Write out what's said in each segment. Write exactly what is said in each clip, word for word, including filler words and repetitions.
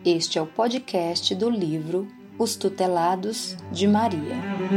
Este é o podcast do livro Os Tutelados de Maria.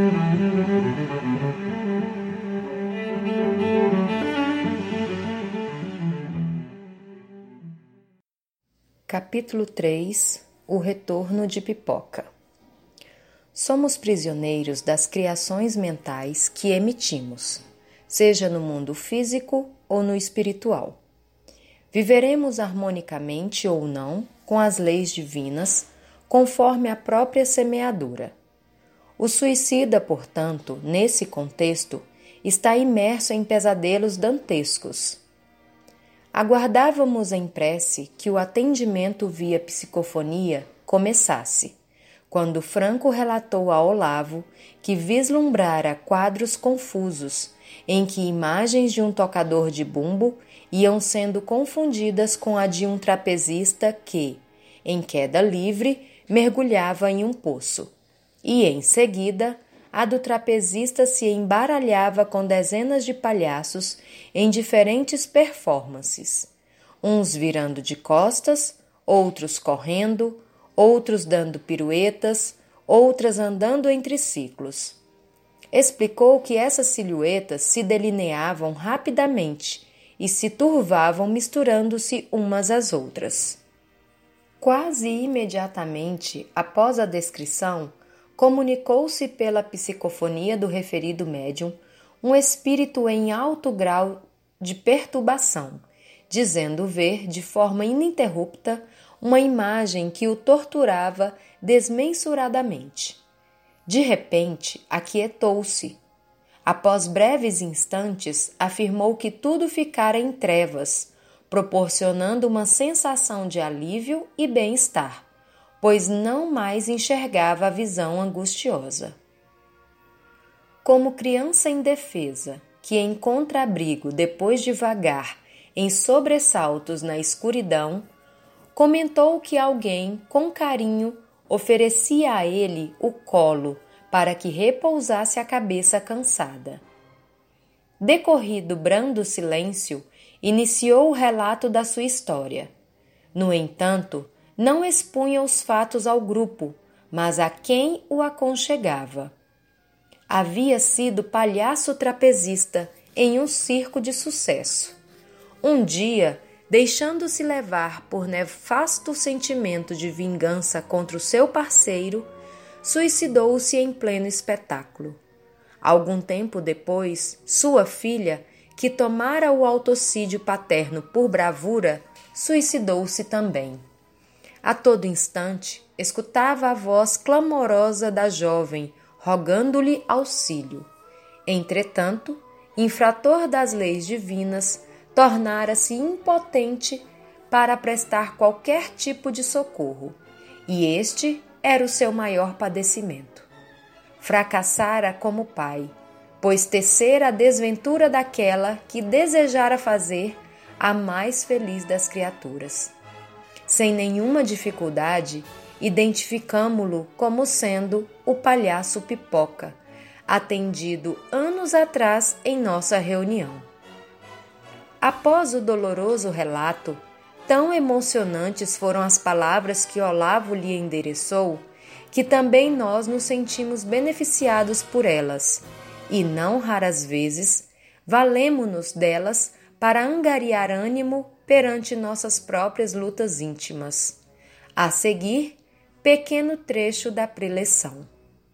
Capítulo três. O retorno de Pipoca. Somos prisioneiros das criações mentais que emitimos, seja no mundo físico ou no espiritual. Viveremos harmonicamente ou não com as leis divinas, conforme a própria semeadura. O suicida, portanto, nesse contexto, está imerso em pesadelos dantescos. Aguardávamos em prece que o atendimento via psicofonia começasse, quando Franco relatou a Olavo que vislumbrara quadros confusos, em que imagens de um tocador de bumbo iam sendo confundidas com a de um trapezista que, em queda livre, mergulhava em um poço, e, em seguida, a do trapezista se embaralhava com dezenas de palhaços em diferentes performances, uns virando de costas, outros correndo, outros dando piruetas, outras andando entre ciclos. Explicou que essas silhuetas se delineavam rapidamente e se turvavam misturando-se umas às outras. Quase imediatamente após a descrição, comunicou-se pela psicofonia do referido médium um espírito em alto grau de perturbação, dizendo ver de forma ininterrupta uma imagem que o torturava desmensuradamente. De repente, aquietou-se. Após breves instantes, afirmou que tudo ficara em trevas, proporcionando uma sensação de alívio e bem-estar, pois não mais enxergava a visão angustiosa. Como criança indefesa, que encontra abrigo depois de vagar em sobressaltos na escuridão, comentou que alguém, com carinho, oferecia a ele o colo para que repousasse a cabeça cansada. Decorrido brando silêncio, iniciou o relato da sua história. No entanto, não expunha os fatos ao grupo, mas a quem o aconchegava. Havia sido palhaço trapezista em um circo de sucesso. Um dia, deixando-se levar por nefasto sentimento de vingança contra o seu parceiro, suicidou-se em pleno espetáculo. Algum tempo depois, sua filha, que tomara o autocídio paterno por bravura, suicidou-se também. A todo instante, escutava a voz clamorosa da jovem, rogando-lhe auxílio. Entretanto, infrator das leis divinas, tornara-se impotente para prestar qualquer tipo de socorro, e este era o seu maior padecimento. Fracassara como pai, pois tecera a desventura daquela que desejara fazer a mais feliz das criaturas. Sem nenhuma dificuldade, identificamo-lo como sendo o palhaço Pipoca, atendido anos atrás em nossa reunião. Após o doloroso relato, tão emocionantes foram as palavras que Olavo lhe endereçou, que também nós nos sentimos beneficiados por elas, e não raras vezes, valemo-nos delas para angariar ânimo perante nossas próprias lutas íntimas. A seguir, pequeno trecho da preleção.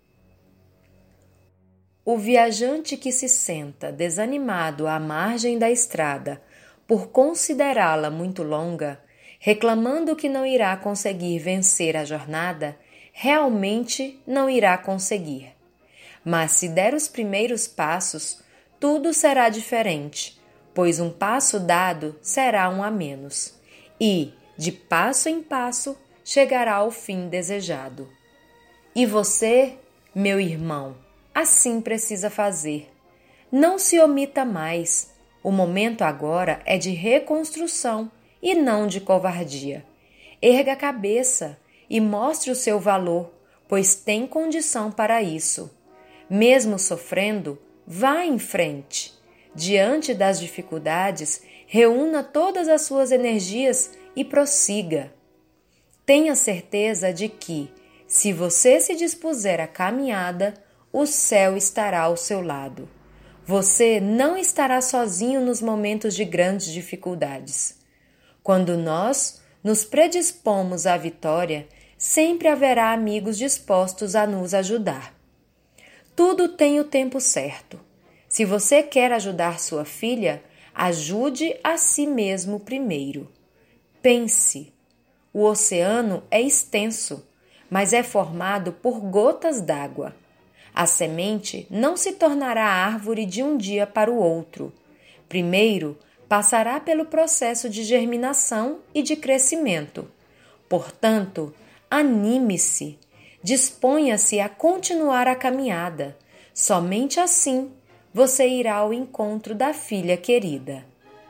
O viajante que se senta desanimado à margem da estrada, por considerá-la muito longa, reclamando que não irá conseguir vencer a jornada, realmente não irá conseguir. Mas se der os primeiros passos, tudo será diferente, pois um passo dado será um a menos, e, de passo em passo, chegará ao fim desejado. E você, meu irmão, assim precisa fazer. Não se omita mais. O momento agora é de reconstrução e não de covardia. Erga a cabeça e mostre o seu valor, pois tem condição para isso. Mesmo sofrendo, vá em frente. Diante das dificuldades, reúna todas as suas energias e prossiga. tenha certeza de que, se você se dispuser à caminhada, o céu estará ao seu lado. Você não estará sozinho nos momentos de grandes dificuldades. Quando nós nos predispomos à vitória, sempre haverá amigos dispostos a nos ajudar. Tudo tem o tempo certo. Se você quer ajudar sua filha, ajude a si mesmo primeiro. Pense. O oceano é extenso, mas é formado por gotas d'água. A semente não se tornará árvore de um dia para o outro. Primeiro, passará pelo processo de germinação e de crescimento. Portanto, anime-se, disponha-se a continuar a caminhada. Somente assim você irá ao encontro da filha querida.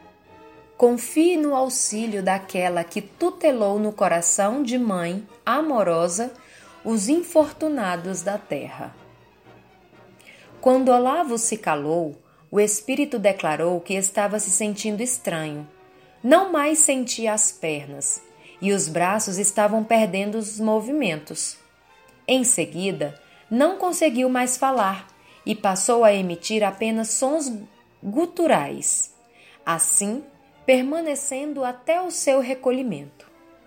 Confie no auxílio daquela que tutelou no coração de mãe amorosa os infortunados da terra. Quando Olavo se calou, o espírito declarou que estava se sentindo estranho. Não mais sentia as pernas, e os braços estavam perdendo os movimentos. Em seguida, não conseguiu mais falar e passou a emitir apenas sons guturais, assim permanecendo até o seu recolhimento.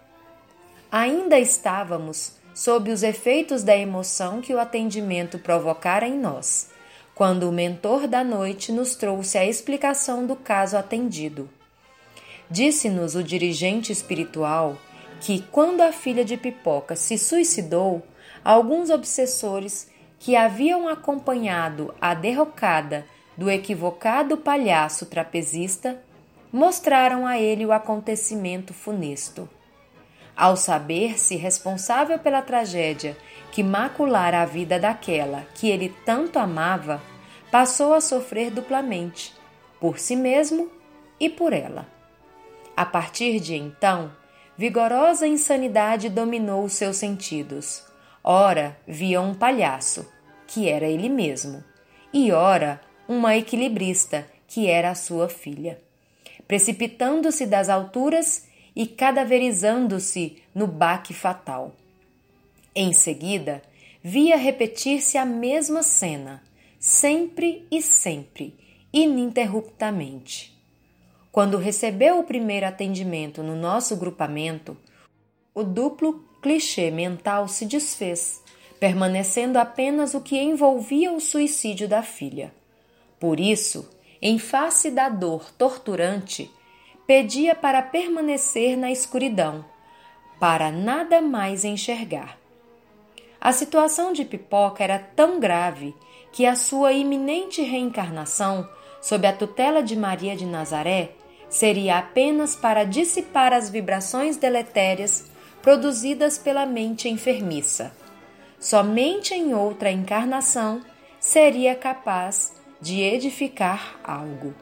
Ainda estávamos sob os efeitos da emoção que o atendimento provocara em nós, quando o mentor da noite nos trouxe a explicação do caso atendido. Disse-nos o dirigente espiritual que, quando a filha de Pipoca se suicidou, alguns obsessores que haviam acompanhado a derrocada do equivocado palhaço trapezista mostraram a ele o acontecimento funesto. Ao saber-se responsável pela tragédia que maculara a vida daquela que ele tanto amava, passou a sofrer duplamente, por si mesmo e por ela. A partir de então, vigorosa insanidade dominou os seus sentidos. Ora via um palhaço, que era ele mesmo, e ora uma equilibrista, que era a sua filha, precipitando-se das alturas e cadaverizando-se no baque fatal. Em seguida, via repetir-se a mesma cena, sempre e sempre, ininterruptamente. Quando recebeu o primeiro atendimento no nosso grupamento, o duplo clichê mental se desfez, permanecendo apenas o que envolvia o suicídio da filha. Por isso, em face da dor torturante, pedia para permanecer na escuridão, para nada mais enxergar. A situação de Pipoca era tão grave que a sua iminente reencarnação, sob a tutela de Maria de Nazaré, seria apenas para dissipar as vibrações deletérias produzidas pela mente enfermiça. Somente em outra encarnação seria capaz de edificar algo.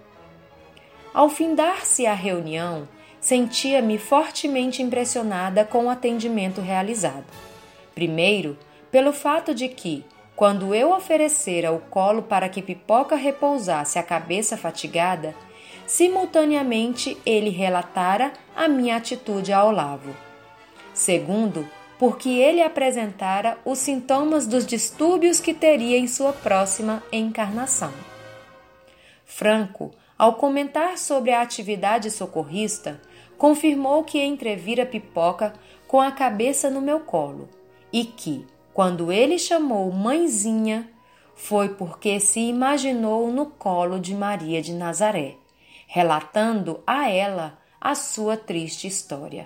Ao findar-se a reunião, sentia-me fortemente impressionada com o atendimento realizado. Primeiro, pelo fato de que, quando eu oferecera o colo para que Pipoca repousasse a cabeça fatigada, simultaneamente ele relatara a minha atitude a Olavo. Segundo, porque ele apresentara os sintomas dos distúrbios que teria em sua próxima encarnação. Franco, ao comentar sobre a atividade socorrista, confirmou que entrevira Pipoca com a cabeça no meu colo e que, quando ele chamou mãezinha, foi porque se imaginou no colo de Maria de Nazaré, relatando a ela a sua triste história.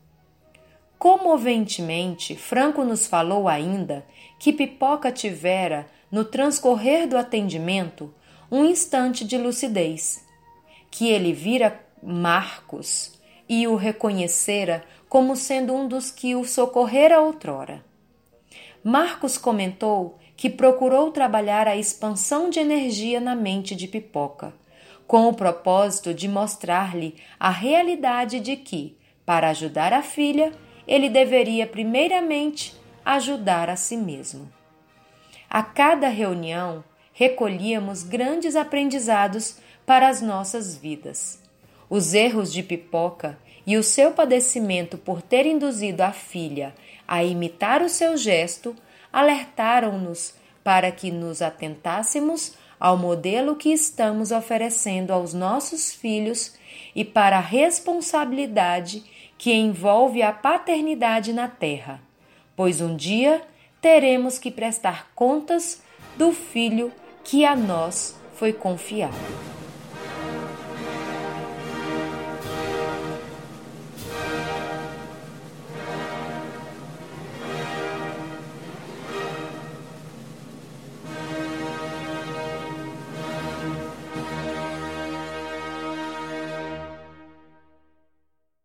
Comoventemente, Franco nos falou ainda que Pipoca tivera, no transcorrer do atendimento, um instante de lucidez, que ele vira Marcos e o reconhecera como sendo um dos que o socorrera outrora. Marcos comentou que procurou trabalhar a expansão de energia na mente de Pipoca, com o propósito de mostrar-lhe a realidade de que, para ajudar a filha, ele deveria primeiramente ajudar a si mesmo. A cada reunião, recolhíamos grandes aprendizados para as nossas vidas. Os erros de Pipoca e o seu padecimento por ter induzido a filha a imitar o seu gesto, alertaram-nos para que nos atentássemos ao modelo que estamos oferecendo aos nossos filhos e para a responsabilidade que envolve a paternidade na terra, pois um dia teremos que prestar contas do filho que a nós foi confiado.